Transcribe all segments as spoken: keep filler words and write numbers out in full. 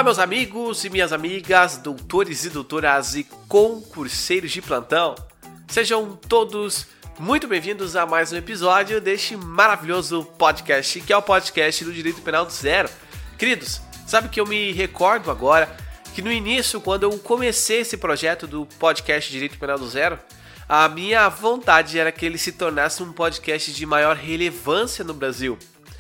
Olá, meus amigos e minhas amigas, doutores e doutoras e concurseiros de plantão. Sejam todos muito bem-vindos a mais um episódio deste maravilhoso podcast, que é o podcast do Direito Penal do Zero. Queridos, sabe que eu me recordo agora que no início, quando eu comecei esse projeto do podcast Direito Penal do Zero, a minha vontade era que ele se tornasse um podcast de maior relevância no Brasil.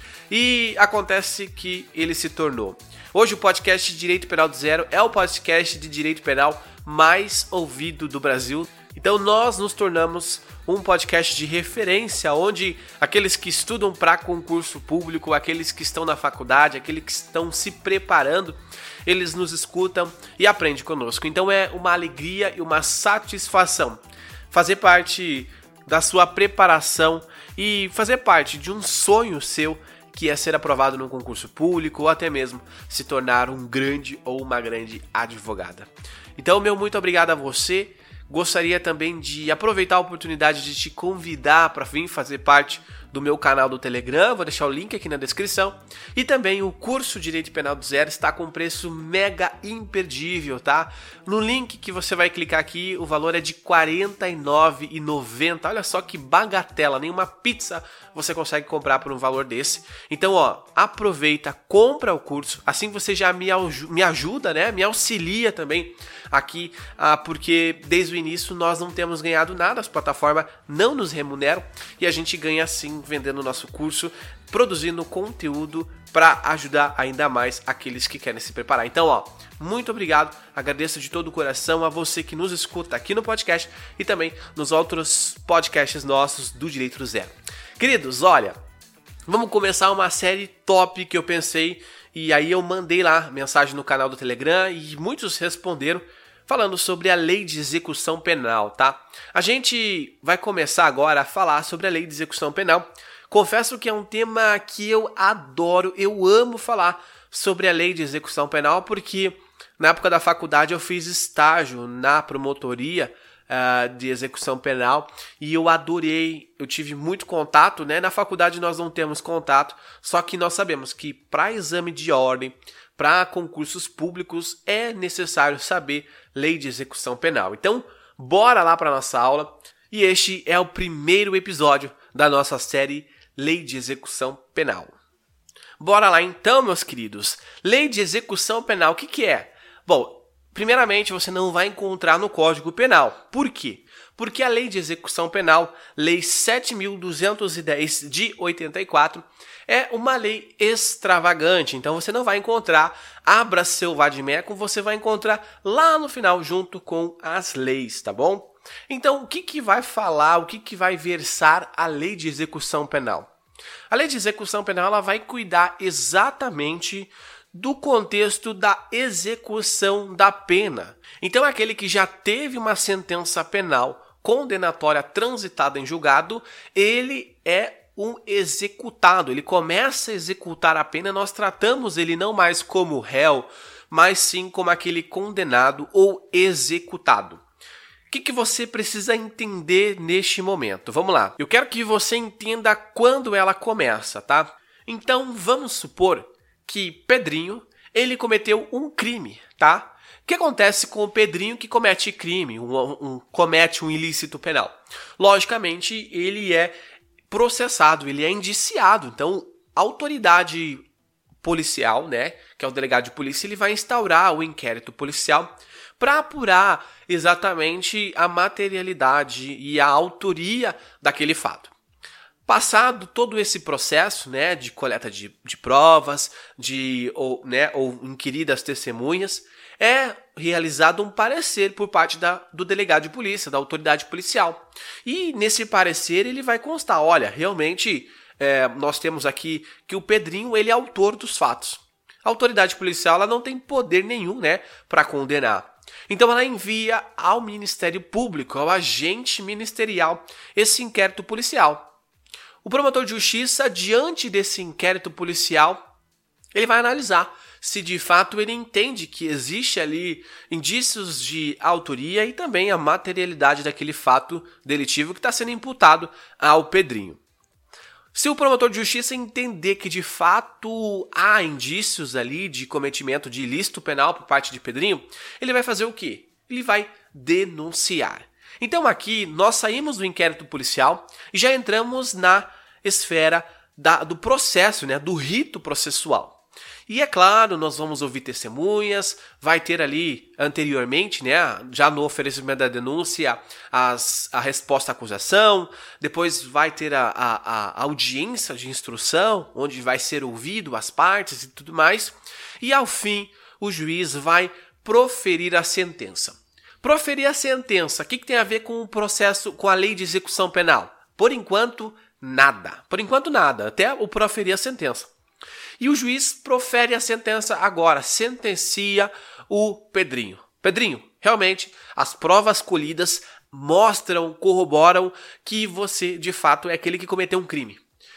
E acontece que ele se tornou. Hoje o podcast Direito Penal do Zero é o podcast de direito penal mais ouvido do Brasil. Então nós nos tornamos um podcast de referência, onde aqueles que estudam para concurso público, aqueles que estão na faculdade, aqueles que estão se preparando, eles nos escutam e aprendem conosco. Então é uma alegria e uma satisfação fazer parte da sua preparação e fazer parte de um sonho seu, que é ser aprovado num concurso público ou até mesmo se tornar um grande ou uma grande advogada. Então, meu muito obrigado a você. Gostaria também de aproveitar a oportunidade de te convidar para vir fazer parte do meu canal do Telegram, vou deixar o link aqui na descrição. E também o curso Direito Penal do Zero está com preço mega imperdível, tá? No link que você vai clicar aqui, o valor é de quarenta e nove reais e noventa centavos. Olha só que bagatela, nenhuma pizza você consegue comprar por um valor desse. Então, ó, aproveita, compra o curso, assim você já me, me ajuda, né? Me auxilia também aqui, ah, porque desde o início nós não temos ganhado nada, as plataformas não nos remuneram e a gente ganha sim vendendo o nosso curso, produzindo conteúdo para ajudar ainda mais aqueles que querem se preparar. Então, ó, muito obrigado, agradeço de todo o coração a você que nos escuta aqui no podcast e também nos outros podcasts nossos do Direito do Zero. Queridos, olha, vamos começar uma série top que eu pensei e aí eu mandei lá mensagem no canal do Telegram e muitos responderam falando sobre a Lei de Execução Penal, tá? A gente vai começar agora a falar sobre a Lei de Execução Penal. Confesso que é um tema que eu adoro, eu amo falar sobre a Lei de Execução Penal, porque na época da faculdade eu fiz estágio na promotoria uh, de execução penal e eu adorei, eu tive muito contato, né? Na faculdade nós não temos contato, só que nós sabemos que para exame de ordem, para concursos públicos, é necessário saber Lei de Execução Penal. Então, bora lá para a nossa aula. E este é o primeiro episódio da nossa série Lei de Execução Penal. Bora lá então, meus queridos. Lei de Execução Penal, o que que é? Bom, primeiramente você não vai encontrar no Código Penal. Por quê? Porque a Lei de Execução Penal, Lei sete mil duzentos e dez de oitenta e quatro, é uma lei extravagante. Então você não vai encontrar, abra seu vadimeco, você vai encontrar lá no final junto com as leis, tá bom? Então o que que vai falar, o que que vai versar a Lei de Execução Penal? A Lei de Execução Penal ela vai cuidar exatamente do contexto da execução da pena. Então aquele que já teve uma sentença penal condenatória transitada em julgado, ele é um executado, ele começa a executar a pena, nós tratamos ele não mais como réu, mas sim como aquele condenado ou executado. O que que você precisa entender neste momento? Vamos lá, eu quero que você entenda quando ela começa, tá? Então vamos supor que Pedrinho, ele cometeu um crime, tá? O que acontece com o Pedrinho que comete crime, um, um, comete um ilícito penal? Logicamente, ele é processado, ele é indiciado. Então, a autoridade policial, né, que é o delegado de polícia, ele vai instaurar o inquérito policial para apurar exatamente a materialidade e a autoria daquele fato. Passado todo esse processo, né, de coleta de, de provas, de ou, né, ou inquiridas testemunhas, é realizado um parecer por parte da, do delegado de polícia, da autoridade policial. E nesse parecer ele vai constar, olha, realmente é, nós temos aqui que o Pedrinho ele é autor dos fatos. A autoridade policial ela não tem poder nenhum, né, para condenar. Então ela envia ao Ministério Público, ao agente ministerial, esse inquérito policial. O promotor de justiça, diante desse inquérito policial, ele vai analisar se de fato ele entende que existe ali indícios de autoria e também a materialidade daquele fato delitivo que está sendo imputado ao Pedrinho. Se o promotor de justiça entender que de fato há indícios ali de cometimento de ilícito penal por parte de Pedrinho, ele vai fazer o quê? Ele vai denunciar. Então aqui nós saímos do inquérito policial e já entramos na esfera da, do processo, né, do rito processual. E é claro, nós vamos ouvir testemunhas, vai ter ali anteriormente, né, já no oferecimento da denúncia, as, a resposta à acusação, depois vai ter a, a, a audiência de instrução, onde vai ser ouvido as partes e tudo mais, e ao fim o juiz vai proferir a sentença. Proferir a sentença, o que, que tem a ver com o processo, com a lei de execução penal? Por enquanto, nada. Por enquanto, nada, até o proferir a sentença. E o juiz profere a sentença agora, sentencia o Pedrinho. Pedrinho, realmente, as provas colhidas mostram, corroboram que você, de fato, é aquele que cometeu um crime.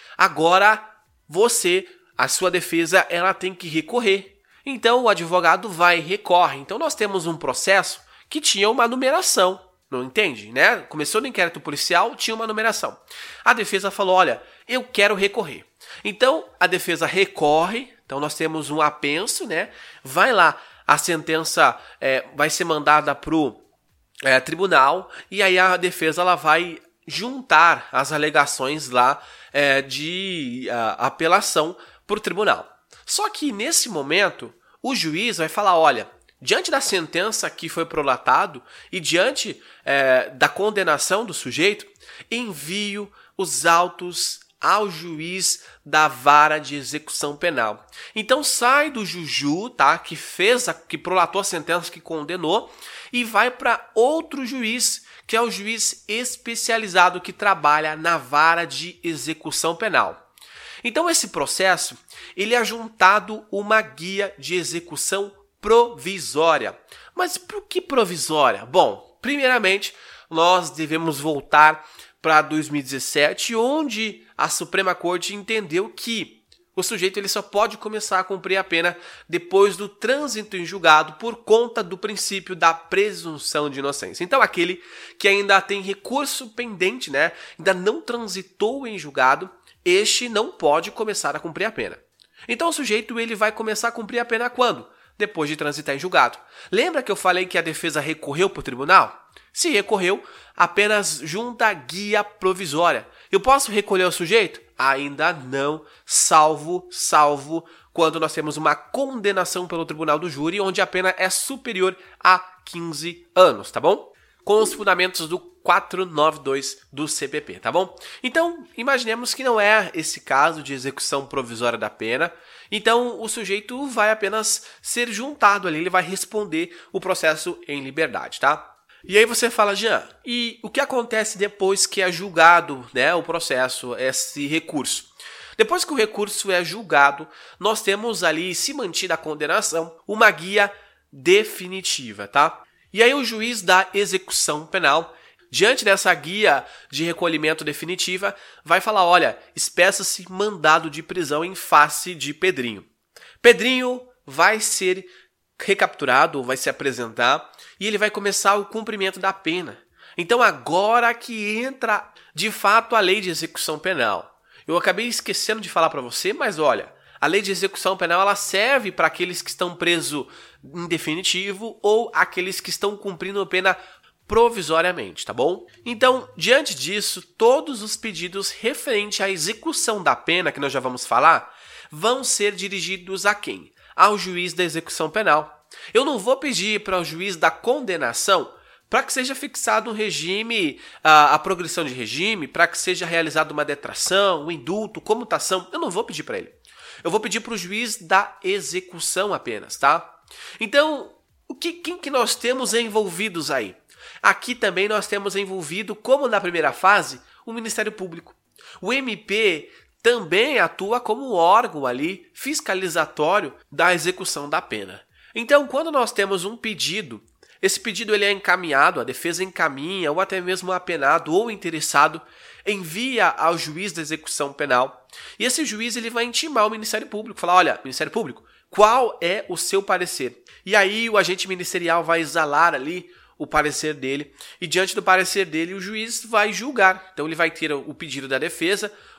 Agora, você, a sua defesa, ela tem que recorrer. Então, o advogado vai e recorre. Então, nós temos um processo que tinha uma numeração. Não entende, né? Começou no inquérito policial, tinha uma numeração. A defesa falou, olha, eu quero recorrer. Então, a defesa recorre, então nós temos um apenso, né? Vai lá, a sentença é, vai ser mandada para o é, tribunal e aí a defesa ela vai juntar as alegações lá é, de a, apelação para o tribunal. Só que nesse momento, o juiz vai falar, olha, diante da sentença que foi prolatado e diante é, da condenação do sujeito, envio os autos ao juiz da vara de execução penal. Então sai do juju, tá, que fez, a, que prolatou a sentença, que condenou, e vai para outro juiz, que é o juiz especializado que trabalha na vara de execução penal. Então esse processo, ele é juntado uma guia de execução provisória. Mas por que provisória? Bom, primeiramente, nós devemos voltar para dois mil e dezessete, onde a Suprema Corte entendeu que o sujeito ele só pode começar a cumprir a pena depois do trânsito em julgado por conta do princípio da presunção de inocência. Então, aquele que ainda tem recurso pendente, né, ainda não transitou em julgado, este não pode começar a cumprir a pena. Então, o sujeito ele vai começar a cumprir a pena quando? Depois de transitar em julgado. Lembra que eu falei que a defesa recorreu para o tribunal? Se recorreu, apenas junta a guia provisória. Eu posso recolher o sujeito? Ainda não, salvo, salvo, quando nós temos uma condenação pelo tribunal do júri, onde a pena é superior a quinze anos, tá bom? Com os fundamentos do quatrocentos e noventa e dois do C P P, tá bom? Então, imaginemos que não é esse caso de execução provisória da pena. Então, o sujeito vai apenas ser juntado ali, ele vai responder o processo em liberdade, tá? E aí você fala, Jean, e o que acontece depois que é julgado, né, o processo, esse recurso? Depois que o recurso é julgado, nós temos ali, se mantida a condenação, uma guia definitiva, tá? E aí o juiz da execução penal, diante dessa guia de recolhimento definitiva, vai falar, olha, espeça-se mandado de prisão em face de Pedrinho. Pedrinho vai ser recapturado, vai se apresentar, e ele vai começar o cumprimento da pena. Então agora que entra de fato a lei de execução penal. Eu acabei esquecendo de falar para você, mas olha, a lei de execução penal ela serve para aqueles que estão presos em definitivo ou aqueles que estão cumprindo pena provisoriamente, tá bom? Então, diante disso, todos os pedidos referentes à execução da pena, que nós já vamos falar, vão ser dirigidos a quem? Ao juiz da execução penal. Eu não vou pedir para o juiz da condenação para que seja fixado um regime, a, a progressão de regime, para que seja realizada uma detração, um indulto, comutação. Eu não vou pedir para ele. Eu vou pedir para o juiz da execução apenas, tá? Então, o que, quem que nós temos envolvidos aí? Aqui também nós temos envolvido, como na primeira fase, o Ministério Público. O M P também atua como órgão ali fiscalizatório da execução da pena. Então, quando nós temos um pedido, esse pedido ele é encaminhado, a defesa encaminha, ou até mesmo o apenado ou interessado envia ao juiz da execução penal. E esse juiz ele vai intimar o Ministério Público, falar, olha, Ministério Público, qual é o seu parecer? E aí o agente ministerial vai exalar ali o parecer dele, e diante do parecer dele o juiz vai julgar. Então ele vai ter o pedido da defesa,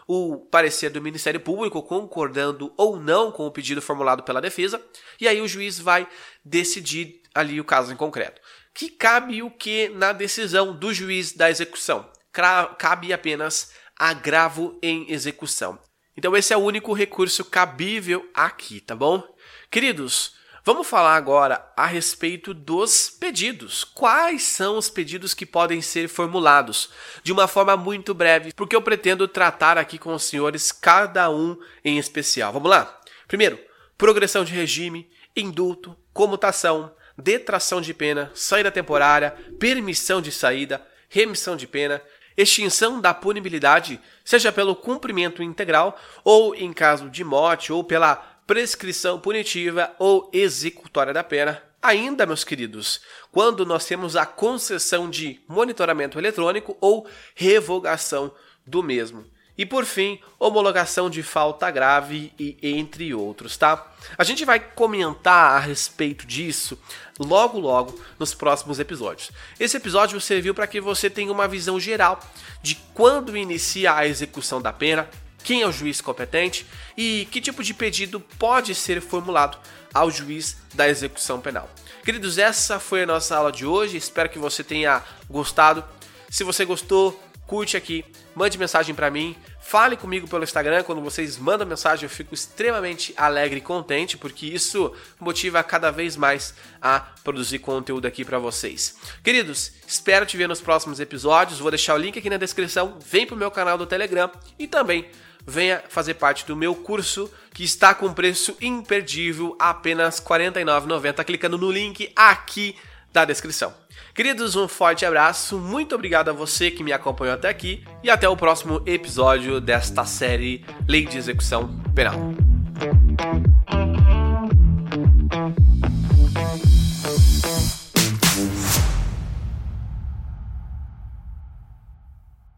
o parecer do Ministério Público, concordando ou não com o pedido formulado pela defesa, e aí o juiz vai decidir ali o caso em concreto. Que cabe o que na decisão do juiz da execução? Cabe apenas agravo em execução. Então esse é o único recurso cabível aqui, tá bom? Queridos, vamos falar agora a respeito dos pedidos. Quais são os pedidos que podem ser formulados? De uma forma muito breve, porque eu pretendo tratar aqui com os senhores cada um em especial. Vamos lá? Primeiro, progressão de regime, indulto, comutação, detração de pena, saída temporária, permissão de saída, remissão de pena, extinção da punibilidade, seja pelo cumprimento integral ou em caso de morte ou pela prescrição punitiva ou executória da pena. Ainda, meus queridos, quando nós temos a concessão de monitoramento eletrônico ou revogação do mesmo. E por fim, homologação de falta grave e entre outros, tá? A gente vai comentar a respeito disso logo logo nos próximos episódios. Esse episódio serviu para que você tenha uma visão geral de quando inicia a execução da pena, quem é o juiz competente e que tipo de pedido pode ser formulado ao juiz da execução penal. Queridos, essa foi a nossa aula de hoje, espero que você tenha gostado. Se você gostou, curte aqui, mande mensagem para mim, fale comigo pelo Instagram. Quando vocês mandam mensagem eu fico extremamente alegre e contente, porque isso motiva cada vez mais a produzir conteúdo aqui para vocês. Queridos, espero te ver nos próximos episódios, vou deixar o link aqui na descrição, vem pro meu canal do Telegram e também venha fazer parte do meu curso que está com preço imperdível, apenas quarenta e nove reais e noventa centavos, clicando no link aqui da descrição. Queridos, um forte abraço, muito obrigado a você que me acompanhou até aqui e até o próximo episódio desta série Lei de Execução Penal.